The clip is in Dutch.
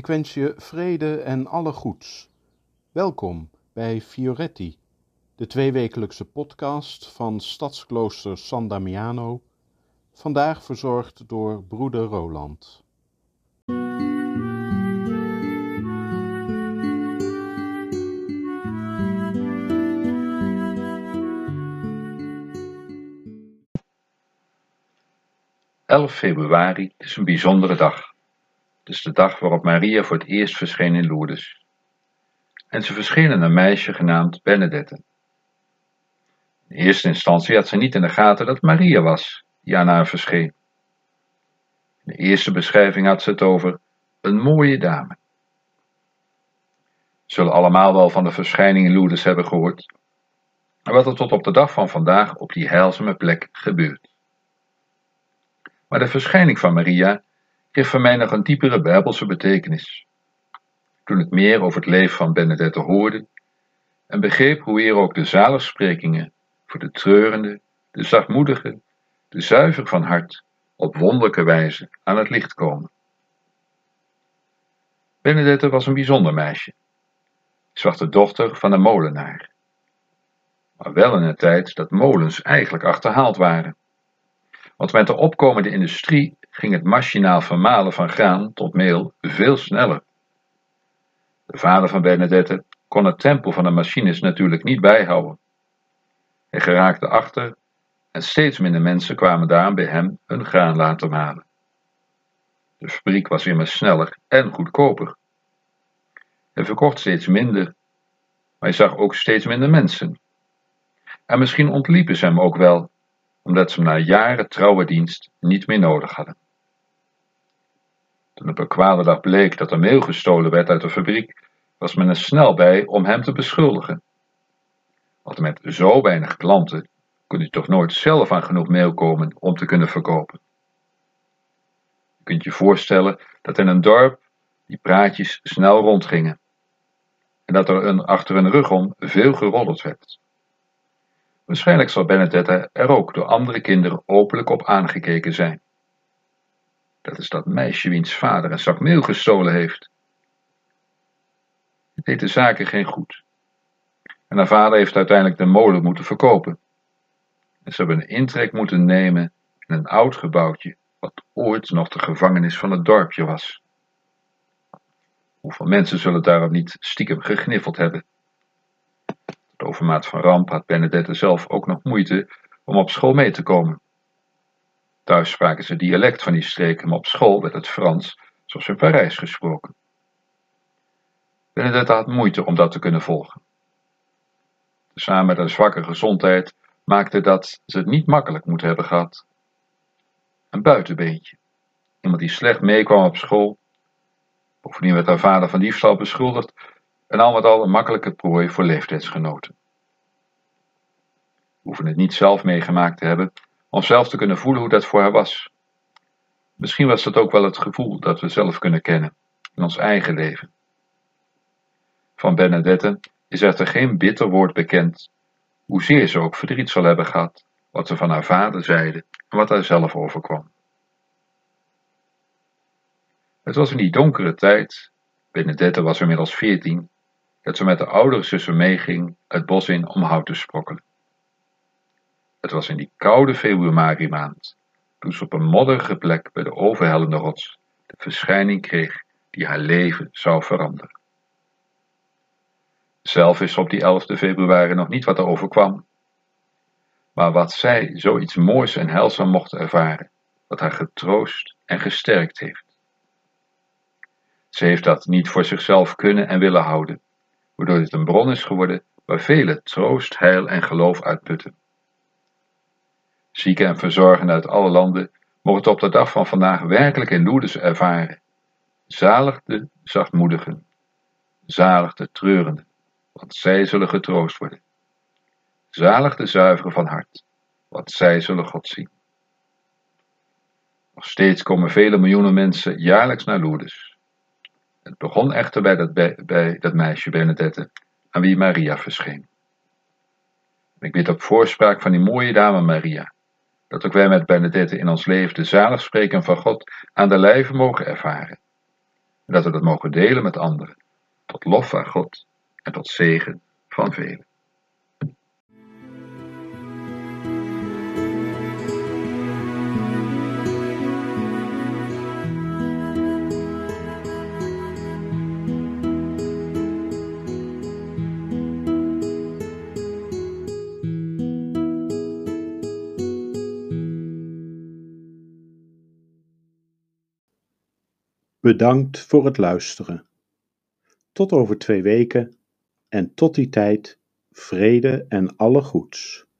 Ik wens je vrede en alle goeds. Welkom bij Fioretti, de tweewekelijkse podcast van Stadsklooster San Damiano, vandaag verzorgd door broeder Roland. (11 februari) is een bijzondere dag. Het is de dag waarop Maria voor het eerst verscheen in Lourdes. En ze verscheen aan een meisje genaamd Benedette. In eerste instantie had ze niet in de gaten dat het Maria was die aan haar verscheen. In de eerste beschrijving had ze het over een mooie dame. We zullen allemaal wel van de verschijning in Lourdes hebben gehoord, en wat er tot op de dag van vandaag op die heilzame plek gebeurt. Maar de verschijning van Maria kreeg voor mij nog een diepere bijbelse betekenis. Toen ik meer over het leven van Benedette hoorde en begreep hoe hier ook de zaligsprekingen voor de treurende, de zachtmoedige, de zuiver van hart op wonderlijke wijze aan het licht komen. Benedette was een bijzonder meisje. Ze was de dochter van een molenaar. Maar wel in een tijd dat molens eigenlijk achterhaald waren. Want met de opkomende industrie ging het machinaal vermalen van graan tot meel veel sneller. De vader van Benedette kon het tempo van de machines natuurlijk niet bijhouden. Hij geraakte achter en steeds minder mensen kwamen daar bij hem hun graan laten malen. De fabriek was immers sneller en goedkoper. Hij verkocht steeds minder, maar hij zag ook steeds minder mensen. En misschien ontliepen ze hem ook wel, omdat ze hem na jaren trouwe dienst niet meer nodig hadden. Toen op een kwade dag bleek dat er meel gestolen werd uit de fabriek, was men er snel bij om hem te beschuldigen. Want met zo weinig klanten kon hij toch nooit zelf aan genoeg meel komen om te kunnen verkopen. Je kunt je voorstellen dat in een dorp die praatjes snel rondgingen en dat er achter hun rug om veel geroddeld werd. Waarschijnlijk zal Benedette er ook door andere kinderen openlijk op aangekeken zijn. Dat is dat meisje wiens vader een zak meel gestolen heeft. Het deed de zaken geen goed. En haar vader heeft uiteindelijk de molen moeten verkopen. En ze hebben een intrek moeten nemen in een oud gebouwtje, wat ooit nog de gevangenis van het dorpje was. Hoeveel mensen zullen daarom niet stiekem gegniffeld hebben? De overmaat van ramp had Benedette zelf ook nog moeite om op school mee te komen. Thuis spraken ze dialect van die streek, maar op school werd het Frans, zoals in Parijs gesproken. Benedette had moeite om dat te kunnen volgen. Samen met haar zwakke gezondheid maakte dat ze het niet makkelijk moeten hebben gehad. Een buitenbeentje, iemand die slecht meekwam op school. Bovendien werd haar vader van diefstal beschuldigd en al met al een makkelijke prooi voor leeftijdsgenoten. We hoeven het niet zelf meegemaakt te hebben om zelf te kunnen voelen hoe dat voor haar was. Misschien was dat ook wel het gevoel dat we zelf kunnen kennen in ons eigen leven. Van Benedette is echter geen bitter woord bekend, hoezeer ze ook verdriet zal hebben gehad, wat ze van haar vader zeide en wat haar zelf overkwam. Het was in die donkere tijd, Benedette was inmiddels 14, dat ze met de oudere zussen meeging het bos in om hout te sprokkelen. Het was in die koude februari-maand, toen ze op een modderige plek bij de overhellende rots de verschijning kreeg die haar leven zou veranderen. Zelf wist ze op die 11 februari nog niet wat er overkwam, maar wat zij zoiets moois en heilzaam mocht ervaren, wat haar getroost en gesterkt heeft. Ze heeft dat niet voor zichzelf kunnen en willen houden, waardoor dit een bron is geworden waar velen troost, heil en geloof uitputten. Zieken en verzorgenden uit alle landen mogen het op de dag van vandaag werkelijk in Lourdes ervaren. Zalig de zachtmoedigen, zalig de treurenden, want zij zullen getroost worden. Zalig de zuiveren van hart, want zij zullen God zien. Nog steeds komen vele miljoenen mensen jaarlijks naar Lourdes. Het begon echter bij dat meisje Benedette, aan wie Maria verscheen. En ik bid op voorspraak van die mooie dame Maria, dat ook wij met Benedette in ons leven de zaligspreken van God aan de lijve mogen ervaren. en dat we dat mogen delen met anderen, tot lof van God en tot zegen van velen. Bedankt voor het luisteren. Tot over 2 weken en tot die tijd vrede en alle goeds.